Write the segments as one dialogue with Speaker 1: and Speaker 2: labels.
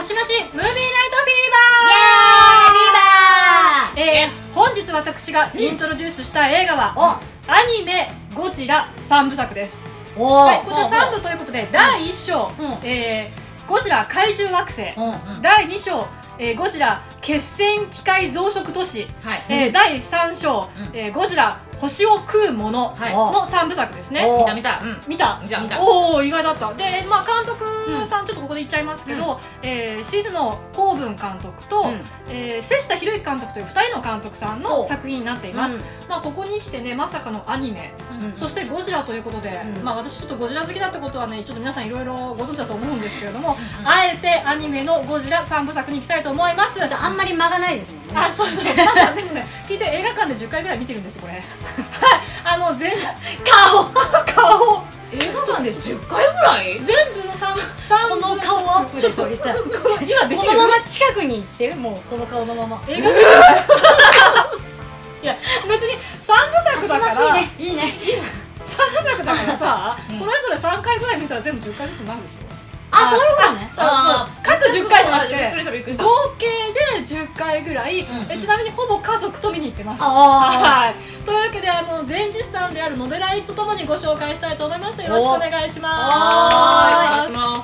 Speaker 1: シマシムービーナイトフィーバー、本日私がイントロデュースした映画は、アニメゴジラ3部作です。はい、こちら3部ということで、第1章、ゴジラ怪獣惑星、第2章、ゴジラ決戦機械増殖都市、第3章、ゴジラ星を食うものの3部作ですね。見た。おお、意外だった。で、監督さん、ちょっとここで言っちゃいますけど、静野公文監督と、瀬下博之監督という2人の監督さんの作品になっています。ここに来てね、まさかのアニメ、そしてゴジラということで、私ちょっとゴジラ好きだってことはね、ちょっと皆さんいろいろご存知だと思うんですけれども、あえてアニメのゴジラ3部作に行きたいと思います。
Speaker 2: ちょっとあんまり間がないですもんね。
Speaker 1: そうでもね、聞いて、映画館で10回ぐらい見てるんですよこれ。はい、顔
Speaker 3: 映画館で10回ぐらい
Speaker 1: 全部の3
Speaker 2: この顔アップで撮りたい。
Speaker 1: 今できる？
Speaker 2: このまま近くに行ってもうその顔のまま
Speaker 1: 映画館いや別に3部作だから
Speaker 2: いいね
Speaker 1: 3部作だからさ、それぞれ3回ぐらい見たら全部10回ずつになるでしょ。
Speaker 2: そういうことね。
Speaker 1: 各10回じゃなくて合計で10回ぐらい、ちなみにほぼ家族と見に行ってます。はい、というわけで前日談であるノベライズとともにご紹介したいと思いますので、よろしくお願いします。
Speaker 3: お願いします。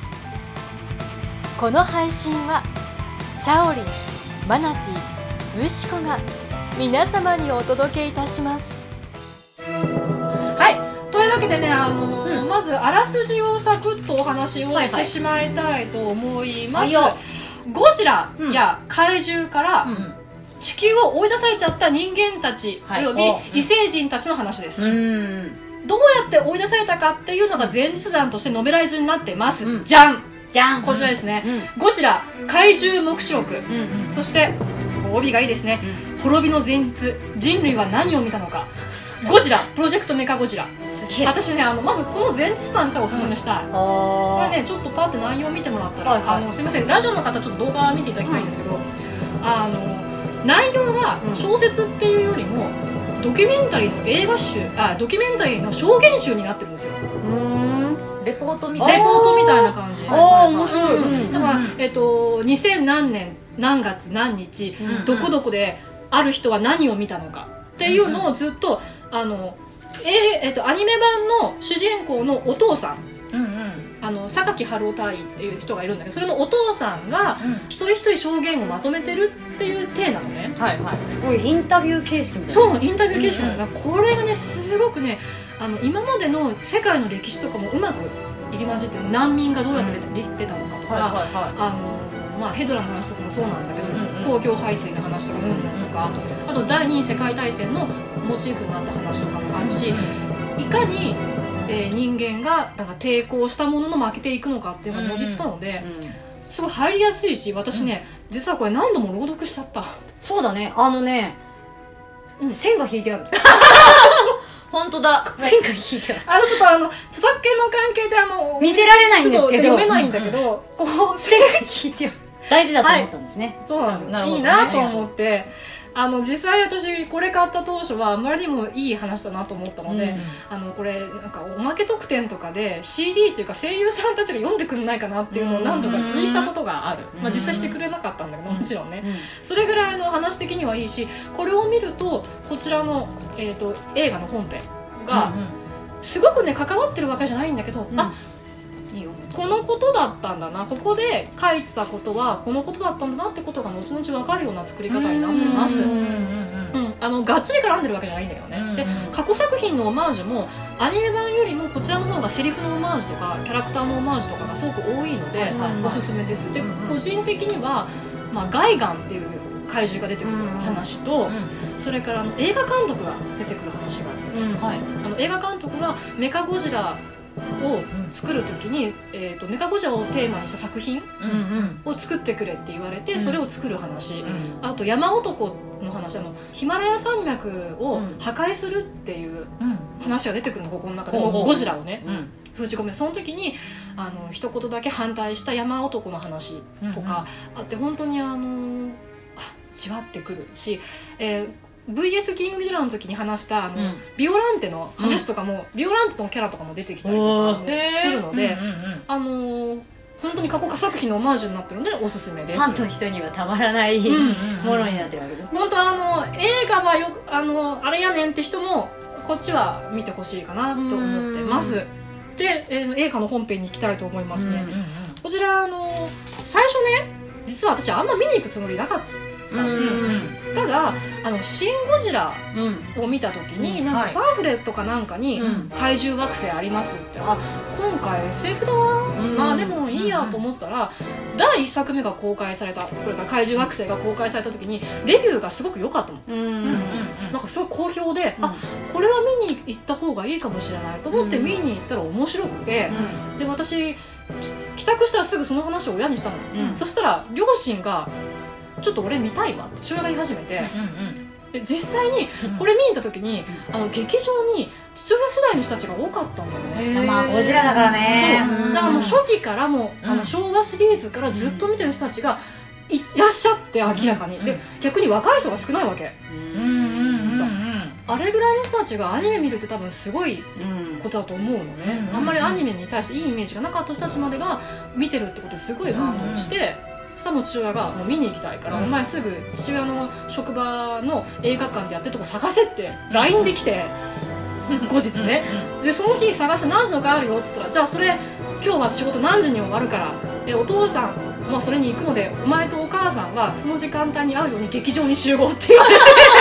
Speaker 4: この配信はシャオリン、マナティ、ウシコが皆様にお届けいたします。
Speaker 1: はい、というわけでね、まずあらすじをサクッとお話をしてしまいたいと思います。ゴジラや怪獣から地球を追い出されちゃった人間たちおよび異星人たちの話です。どうやって追い出されたかっていうのが前日談としてノベライズになってます。じゃんこちらですね。ゴジラ怪獣黙示録、そして帯がいいですね。滅びの前日、人類は何を見たのか、ゴジラプロジェクトメカゴジラ。私ね、まずこの前日談からおすすめしたい。これね、ちょっとパッて内容を見てもらったら、すいません、ラジオの方ちょっと動画見ていただきたいんですけど、内容は小説っていうよりもドキュメンタリーの映画集、ドキュメンタリーの証言集になってるんですよ。
Speaker 3: レポートみ
Speaker 1: たいな感じ。面白い。だから2000何年何月何日、どこどこである人は何を見たのかっていうのをずっとアニメ版の主人公のお父さん、榊春夫隊っていう人がいるんだけど、それのお父さんが一人一人証言をまとめてるっていう体なのね。
Speaker 2: すごいインタビュー形式みたいな。
Speaker 1: そう、インタビュー形式なんだ。これがね、すごくね、今までの世界の歴史とかもうまく入り混じってる。難民がどうやって出たのかとか、ヘドラの話とかもそうなんだけど、工業排水の話とかとか、あと第二次世界大戦のモチーフになった話とかもあるし、いかに人間がなんか抵抗したものの負けていくのかっていうのが文字なので、すごい入りやすいし、私ね、実はこれ何度も朗読しちゃった。
Speaker 2: そうだね、線が引いてある。
Speaker 3: 本当だ、
Speaker 2: 線が引いてある。
Speaker 1: ちょっと著作権の関係で
Speaker 2: 見せられないんですけど、
Speaker 1: 読めないんだけど、こう
Speaker 2: 線が引いてある。大事だと思ったんですね。
Speaker 1: そうなんだ。いいなと思って、実際私これ買った当初はあまりにもいい話だなと思ったので、これなんかおまけ特典とかで CD っていうか声優さんたちが読んでくんないかなっていうのを何度かツイしたことがある。実際してくれなかったんだけど、もちろんね、それぐらいの話的にはいいし、これを見るとこちらの、映画の本編がすごくね関わってるわけじゃないんだけど、このことだったんだな、ここで書いてたことはこのことだったんだなってことが後々分かるような作り方になってます。がっつり絡んでるわけじゃないんだよね。で、過去作品のオマージュもアニメ版よりもこちらの方がセリフのオマージュとかキャラクターのオマージュとかがすごく多いので、おすすめです。で、個人的には、ガイガンっていう怪獣が出てくる話と、それから映画監督が出てくる話がある。映画監督がメカゴジラを作るときに、メカゴジラをテーマにした作品を作ってくれって言われて、それを作る話、あと山男の話、ヒマラヤ山脈を破壊するっていう話が出てくるの、ここの中でゴジラをね封じ込める。その時に一言だけ反対した山男の話とかあって、本当に違ってくるし、VS キングギドラの時に話したビオランテの話とかも、ビオランテのキャラとかも出てきたりとかするので、 本当に過去作品のオマージュになってるのでおすすめです。
Speaker 2: ファンの人にはたまらないものになってるわけです。
Speaker 1: 本当映画はあれやねんって人もこっちは見てほしいかなと思ってます。で、映画の本編に行きたいと思いますね。こちら最初ね、実は私あんま見に行くつもりなかったんですよ。ただシン・ゴジラを見た時に、なんかパンフレットかなんかに怪獣惑星ありますって、あ、今回 SF だわ、まあでもいいやと思ってたら、第1作目が公開された、これから怪獣惑星が公開された時にレビューがすごく良かったの。なんかすごい好評で、あ、これは見に行った方がいいかもしれないと思って見に行ったら面白くて、で私帰宅したらすぐその話を親にしたの。そしたら両親がちょっと俺見たいわって父親が言い始めて、で実際にこれ見に行った時に劇場に父親世代の人たちが多かったんだよね。
Speaker 2: まあゴジラだからね。
Speaker 1: そうだからもう初期からも昭和シリーズからずっと見てる人たちがいらっしゃって、明らかに。で逆に若い人が少ないわけ。あれぐらいの人たちがアニメ見るって多分すごいことだと思うのね。あんまりアニメに対していいイメージがなかった人たちまでが見てるってことですごい感動して、そしたらもう父親がもう見に行きたいから、お前すぐ父親の職場の映画館でやってるとこ探せって LINE で来て、後日ね。でその日探して何時の帰るよっつったら、じゃあそれ今日は仕事何時に終わるから、お父さんまあそれに行くのでお前とお母さんはその時間帯に会うように劇場に集合って言われて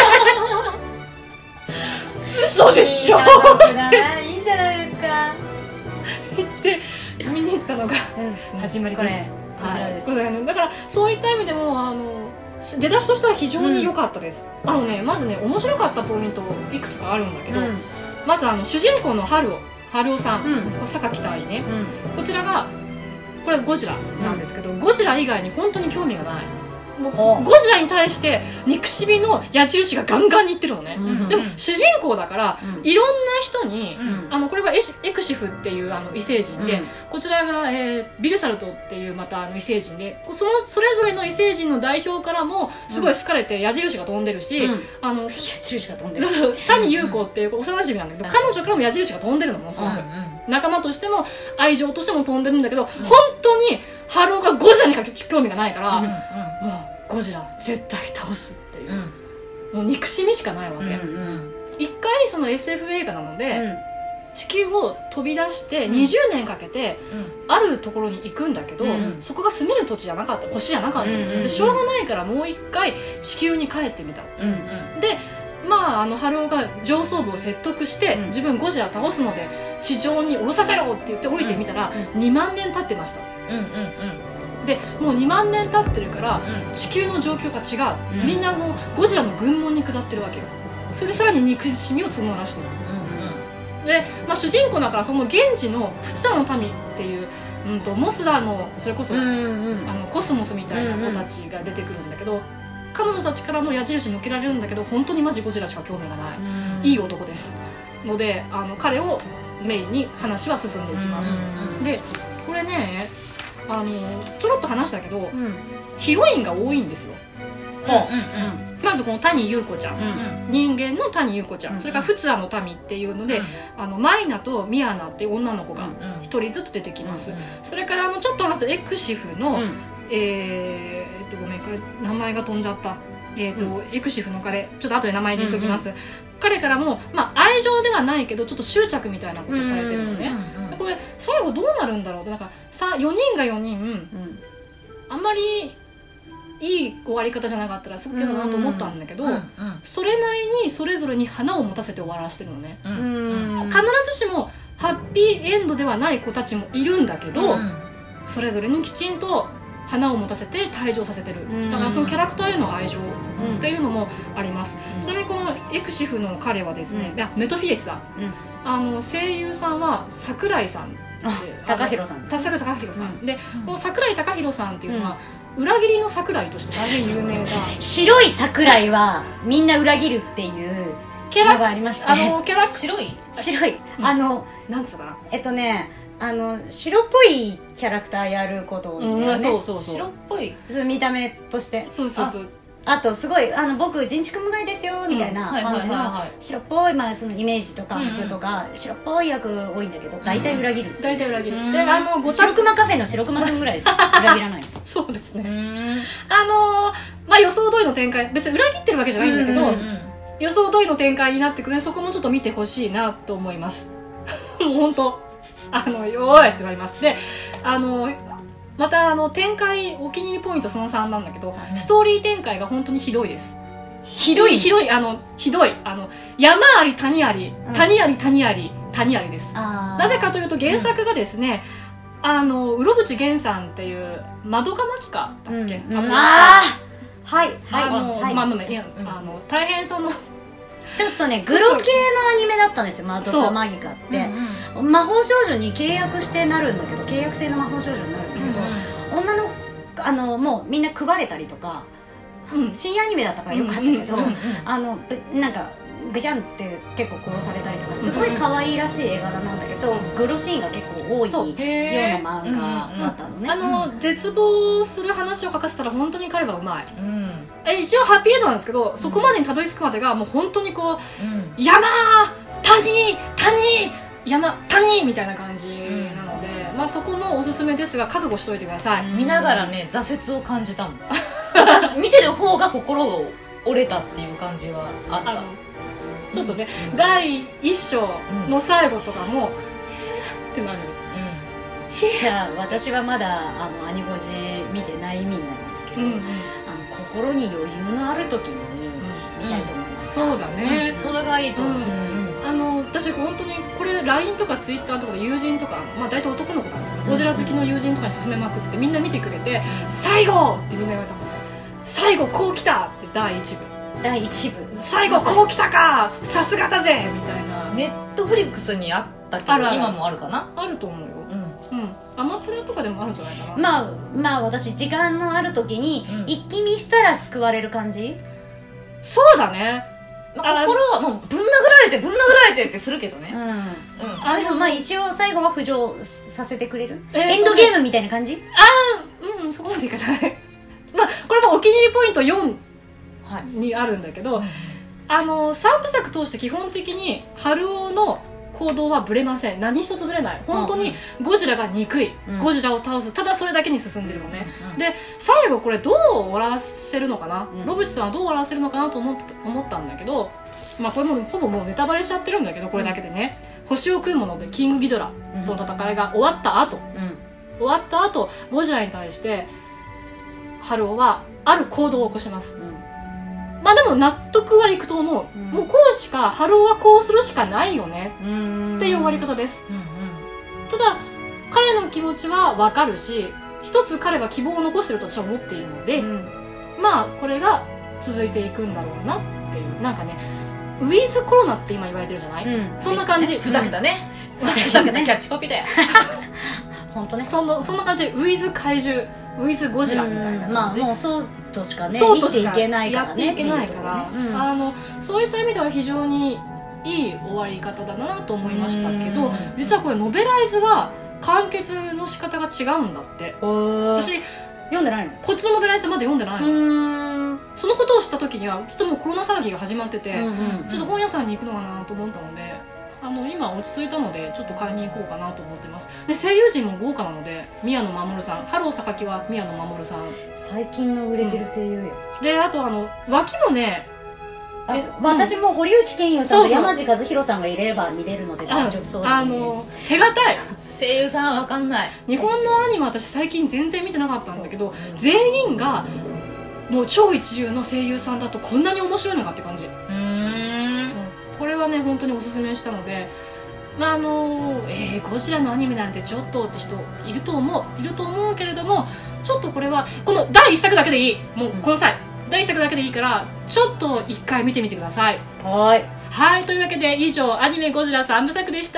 Speaker 1: 嘘でしょ
Speaker 2: いいじゃないですか
Speaker 1: 言って見に行ったのが始まりです。
Speaker 2: こちらです。
Speaker 1: だからそういった意味でも出だしとしては非常に良かったです。まずね、面白かったポイントいくつかあるんだけど、まず主人公の春尾さん、榊大ね、こちらがこれゴジラなんですけど、ゴジラ以外に本当に興味がない。もうゴジラに対して憎しみの矢印がガンガンにいってるのね。でも主人公だから、いろんな人に、これはエクシフっていう異星人で、こちらが、ビルサルトっていうまた異星人で、それぞれの異星人の代表からもすごい好かれて矢印が飛んでるし、矢
Speaker 2: 印が飛んでる
Speaker 1: 谷優子っていう幼馴染なんだけど、彼女からも矢印が飛んでるのもすごく、仲間としても愛情としても飛んでるんだけど、本当に春尾がゴジラに興味がないから、もうゴジラ絶対倒すっていう、もう憎しみしかないわけ。一回その SF 映画なので、地球を飛び出して20年かけてあるところに行くんだけど、そこが住める土地じゃなかった、星じゃなかった、でしょうがないからもう一回地球に帰ってみた。でまあ春尾が上層部を説得して、自分ゴジラ倒すので地上に降ろさせろって言って降りてみたら、2万年経ってました。でもう2万年経ってるから、地球の状況が違う、みんなゴジラの軍門に下ってるわけよ。それでさらに憎しみを募らしてる。で、主人公だからその現地のフツラの民っていう、モスラのそれこそ、コスモスみたいな子たちが出てくるんだけど、彼女たちからも矢印向けられるんだけど、本当にマジゴジラしか興味がない、いい男ですので、彼をメインに話は進んでいきます。でこれね、ちょろっと話したけど、ヒロインが多いんですよ。まずこの谷優子ちゃん、人間の谷優子ちゃん、それからフツラの民っていうので、マイナとミアナっていう女の子が一人ずつ出てきます。それからちょっと話すとエクシフの、ごめんこれ名前が飛んじゃった、エクシフの彼、ちょっと後で名前言っときます。彼からも、愛情ではないけどちょっと執着みたいなことされてるのね。これ最後どうなるんだろうって、なんか4人が4人、あんまりいい終わり方じゃなかったらすっげえなと思ったんだけど、それなりにそれぞれに花を持たせて終わらしてるのね。必ずしもハッピーエンドではない子たちもいるんだけど、それぞれにきちんと花を持たせて退場させてる。だからそのキャラクターへの愛情っていうのもあります。ちなみにこのエクシフの彼はですね、メトフィレスだ、声優さんは桜井さん、
Speaker 2: 高弘さん、
Speaker 1: 桜井高弘さんで、この桜井高弘さんっていうのは、裏切りの桜井として大変有名な、
Speaker 2: 白い桜井はみんな裏切るっていう
Speaker 1: キャラ
Speaker 2: がありましたね。
Speaker 3: 白い
Speaker 1: なんつうかな、
Speaker 2: 白っぽいキャラクターやることを、
Speaker 1: そう
Speaker 3: 白っぽい
Speaker 2: 見た目として、
Speaker 1: そう
Speaker 2: あとすごい僕人畜無害ですよみたいな感じの白っぽい、まあ、そのイメージとか服とか白っぽい役多いんだけど大体裏切る、
Speaker 1: 大体裏切る。で
Speaker 2: 白熊カフェの白熊くんぐらいです裏切らない
Speaker 1: そうですね。まあ予想通りの展開、別に裏切ってるわけじゃないんだけど、予想通りの展開になってくるので、そこもちょっと見てほしいなと思いますもう本当よーいってなります。でまた展開お気に入りポイントその3なんだけど、ストーリー展開が本当にひどいです。ひどい山あり谷あり、谷あり谷あり谷ありです。なぜかというと原作がですね、うろぶちげんさんっていう窓かまきかだっけ、大変その
Speaker 2: ちょっとねグロ系のアニメだったんですよ、窓かマギカって、魔法少女に契約してなるんだけど、契約制の魔法少女になるんだけど、女のもうみんな配れたりとか、新アニメだったからよかったけど、なんかぐちゃんって結構殺されたりとか、すごい可愛いらしい絵柄なんだけど、グロシーンが結構多いような漫画だったのね。
Speaker 1: 絶望する話を書かせたら本当に彼はうまい。一応ハッピーエンドなんですけど、そこまでにたどり着くまでがもう本当にこう、山谷山谷みたいな感じなので、まあそこもおすすめですが覚悟しといてください。
Speaker 3: 見ながらね挫折を感じたもん私見てる方が心が折れたっていう感じはあった。
Speaker 1: ちょっとね、第一章の最後とかもってなる。
Speaker 2: じゃあ私はまだアニゴジ見てない身なんですけど、心に余裕のある時に見たいと思いました。
Speaker 1: そうだね、
Speaker 3: それがいいと思う。
Speaker 1: 私本当にこれ LINE とか Twitter とかで友人とか、まあ大体男の子なんですけど、ゴジラ好きの友人とかに勧めまくってみんな見てくれて、最後ってみんな言われたので、最後こう来たって第1部最後こう来たかさすがだぜみたいな。
Speaker 3: ネットフリックスにあったけど今もあるかな。
Speaker 1: あると思うよ。アマプラとかでもあるんじゃないかな。
Speaker 2: まあ私時間のある時に一気見したら救われる感じ。
Speaker 1: そうだね。
Speaker 3: 心はもうぶん殴られてってするけどね。
Speaker 2: でもまあ一応最後は浮上させてくれる、エンドゲームみたいな感じ。
Speaker 1: そこまでいかないまあこれもお気に入りポイント4にあるんだけど、3部作通して基本的に春尾の行動はブレません。何一つブレない。本当にゴジラが憎い、ゴジラを倒す、ただそれだけに進んでるのね。で最後これどう終わらせるのかな、ロブチさんはどう終わらせるのかなと思ったんだけど、まあこれもほぼもうネタバレしちゃってるんだけど、これだけでね、星を食うものでキングギドラとの戦いが終わった後、ゴジラに対して春尾はある行動を起こします。まあでも納得はいくと思う。もうこうしか、春尾はこうするしかないよねっていう終わり方です。ただ彼の気持ちは分かるし、一つ彼は希望を残してると私は思っているので、まあこれが続いていくんだろうなっていう。なんかね、ウィズコロナって今言われてるじゃない、そんな感じ。
Speaker 3: ふざけたね、ふざけたキャッチコピーだよ
Speaker 2: 本当ね、
Speaker 1: そんな感じ。ウィズ怪獣、ウィズゴジラみたいな感じ。
Speaker 2: まあもうそうとしかね生きていけないからね、
Speaker 1: やっていけないから、そういった意味では非常にいい終わり方だなと思いましたけど、実はこれノベライズが完結の仕方が違うんだって。私
Speaker 2: 読んでないの？
Speaker 1: こっちのノベライズまだ読んでないの。そのことを知った時にはちょっともうコロナ騒ぎが始まってて、ちょっと本屋さんに行くのかなと思ったので、今落ち着いたのでちょっと買いに行こうかなと思ってます。で声優陣も豪華なので、宮野真守さん、ハロー榊は宮野真守さん、
Speaker 2: 最近の売れてる声優よ。
Speaker 1: であと脇もね、
Speaker 2: 私も堀内健優さんと山地和弘さんがいれば見れるので大丈夫そうです。
Speaker 1: 手堅い。
Speaker 3: 声優さんは分かんない。
Speaker 1: 日本のアニメ私最近全然見てなかったんだけど、全員がもう超一流の声優さんだとこんなに面白いのかって感じ。これはね本当におすすめしたので、まあゴジラのアニメなんてちょっとって人いると思うけれども、ちょっとこれはこの第1作だけでいい。もうこの際第1作だけでいいからちょっと1回見てみてください。はい、というわけで以上アニメゴジラ3部作でした。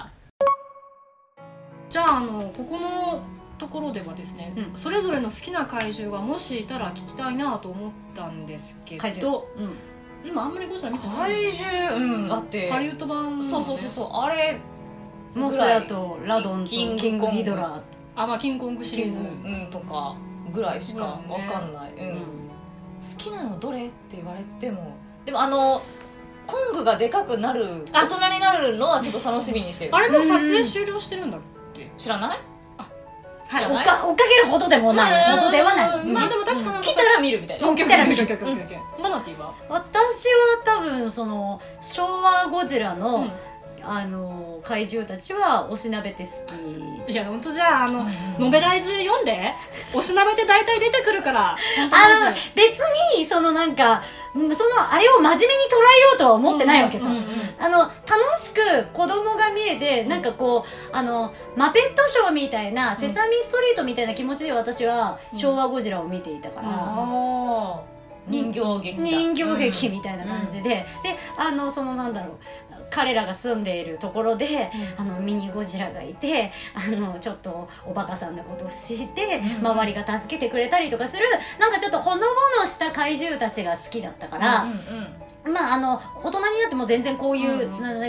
Speaker 1: じゃあここのところではですね、それぞれの好きな怪獣がもしいたら聞きたいなと思ったんですけど、今あんまりゴジラ見てない。
Speaker 3: 怪獣、だって
Speaker 1: ハリウッド版、
Speaker 3: そうあれ
Speaker 2: モスラとラドンとキングギドラ、
Speaker 1: まあキングコングシリーズ
Speaker 3: とかぐらいしかわかんない。 きなのどれって言われても、でもコングがでかくなる、大人になるのはちょっと楽しみにしてる。
Speaker 1: あれもう撮影終了してるんだっけ？
Speaker 3: 知らない？
Speaker 2: 追っかけるほどでもないほどではない。
Speaker 1: まあでも確かに
Speaker 3: 来たら見るみたいな。
Speaker 1: 来たら見る。マナティは？
Speaker 2: 私は多分その昭和ゴジラの怪獣たちはおしなべて好き。
Speaker 1: いや本当じゃあノベライズ読んでおしなべて大体出てくるから
Speaker 2: 別にそのなんかあれを真面目に捉えようとは思ってないわけさ。楽しく子供が見れて、なんかこうマペットショーみたいな、セサミストリートみたいな気持ちで私は昭和ゴジラを見ていたから、
Speaker 3: 人
Speaker 2: 形劇みたいな感じで、でそのなんだろう、彼らが住んでいるところで、ミニゴジラがいてちょっとおバカさんなことをして、周りが助けてくれたりとかする、なんかちょっとほのぼのした怪獣たちが好きだったから、まあ大人になっても全然こういう、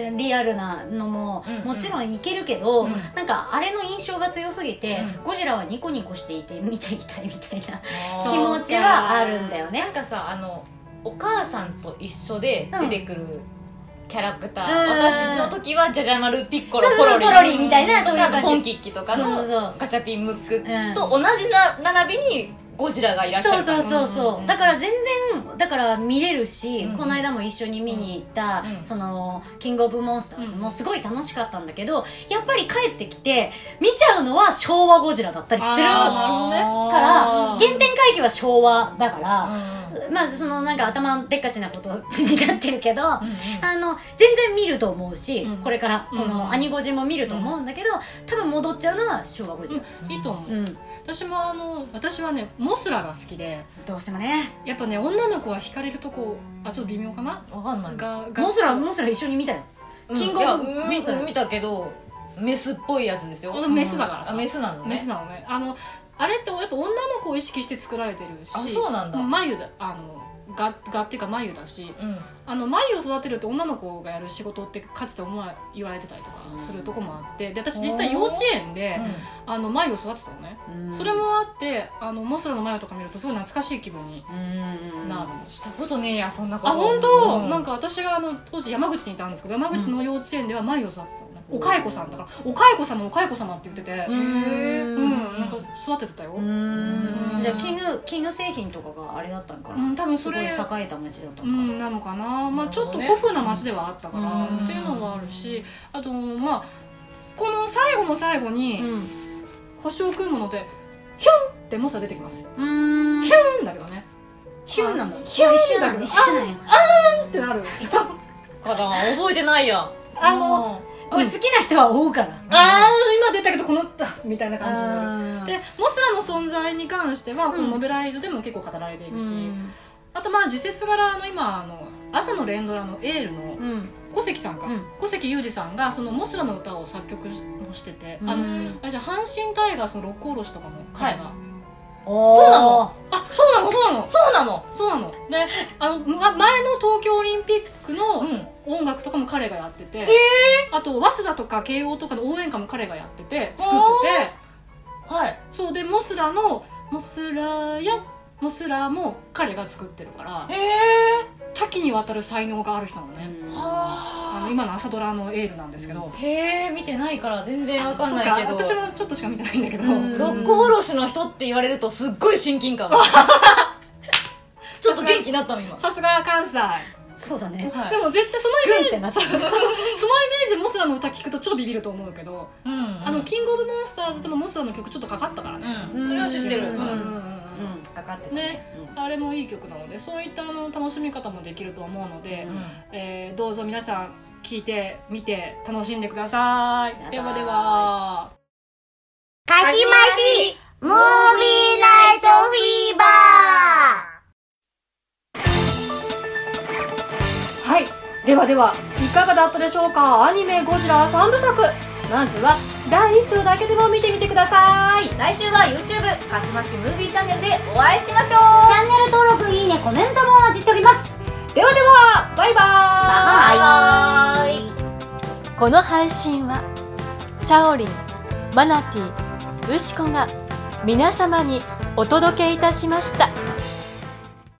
Speaker 2: リアルなのももちろんいけるけど、なんかあれの印象が強すぎて、ゴジラはニコニコしていて見ていたいみたいな気持ちはあるんだよね。
Speaker 3: なんかさお母さんと一緒で出てくる、キャラクター、私の時はジャジャマルピッコロポロリみたいな、そういう感じ、ポンキッキとかのガチャピンムックと同じ並びにゴジラがいらっしゃるから、
Speaker 2: そうだから全然見れるし、この間も一緒に見に行った、そのキングオブモンスターズもすごい楽しかったんだけど、やっぱり帰ってきて見ちゃうのは昭和ゴジラだったりするから、原点回帰は昭和だから、まあそのなんか頭でっかちなことになってるけど、全然見ると思うし、これからこのアニゴジも見ると思うんだけど、多分戻っちゃうのは昭和ゴジラ、
Speaker 1: いいと思う。私はねモスラが好きで、
Speaker 2: どうしてもね、
Speaker 1: やっぱね女の子は惹かれるとこちょっと微妙かな、
Speaker 3: わかんない。
Speaker 2: モスラ一緒に見たよ、キングオブモンスター
Speaker 3: 見たけどメスっぽいやつですよ。
Speaker 1: メスだからさ。
Speaker 3: メスなのね。
Speaker 1: あれってやっぱ女の子を意識して作られてるし、
Speaker 3: そうなんだ。
Speaker 1: 眉だがっていうか眉だし、眉を育てるって女の子がやる仕事ってかつて言われてたりとかするとこもあって、で私実際幼稚園で眉を育てたのね、それもあってモスラの眉とか見るとすごい懐かしい気分になる。
Speaker 3: したことねえやそんなこと。
Speaker 1: 本当、なんか私が当時山口にいたんですけど、山口の幼稚園では眉を育てたのね、お蚕さんだからお蚕様って言ってて、なんか育ててたよ。
Speaker 2: じゃあ絹製品とかがあれだったんかな、
Speaker 1: 多分それ
Speaker 2: すごい栄えた町だったのか
Speaker 1: なのかな、まあちょっと古風な町ではあったからっていうのもあるし、あとまあこの最後の最後に星を食うものでヒュンってモスが出てきますよ。ヒュンだけどね、
Speaker 2: ヒュンなんだ、
Speaker 1: ヒュンだけど
Speaker 2: 一緒なんや、
Speaker 1: あーんってなる。
Speaker 3: いたかな、覚えてないや。
Speaker 2: 俺好きな人は追うから、
Speaker 1: 今出たけどこのみたいな感じになる。でモスラの存在に関してはこのノベライズでも結構語られているし、あとまあ時節柄今朝の連ドラのエールの小関さんか、小関裕二さんがそのモスラの歌を作曲もしてて、じゃあ阪神タイガースの六甲おろしとかも彼が、
Speaker 3: そうなの。
Speaker 1: そうなの。で前の東京オリンピックの音楽とかも彼がやってて、あと早稲田とか慶応とかの応援歌も彼がやってて作ってて、そうでモスラも彼が作ってるから、多岐にわたる才能がある人なのね。今の朝ドラのエールなんですけど、
Speaker 3: 見てないから全然わかんないけど、
Speaker 1: 私もちょっとしか見てないんだけど、
Speaker 3: 六甲おろしの人って言われるとすっごい親近感ちょっと元気になったもん今。
Speaker 1: さすが関西。
Speaker 2: そうだね、
Speaker 1: でも絶対そのイメージ
Speaker 2: グンってなっちゃう
Speaker 1: そのイメージでモスラの歌聞くと超ビビると思うけど、キングオブモンスターズでもモスラの曲ちょっとかかったからね。
Speaker 3: それは知ってる。
Speaker 2: かかって
Speaker 1: ね、あれもいい曲なので、そういった楽しみ方もできると思うので、どうぞ皆さん聴いてみて楽しんでください。ではでは、
Speaker 5: かしましムービーナイトフィーバ
Speaker 1: ー。はい、ではではいかがだったでしょうか。アニメゴジラ3部作、まずは第1章だけでも見てみてください。
Speaker 3: 来週は YouTube かしましムービーチャンネルでお会いしましょう。
Speaker 5: チャンネル登録、いいね、コメントもお待ちしております。
Speaker 1: ではでは、バイバーイ。
Speaker 5: バイバーイ。
Speaker 4: この配信はシャオリン、マナティ、ウシコが皆様にお届けいたしました。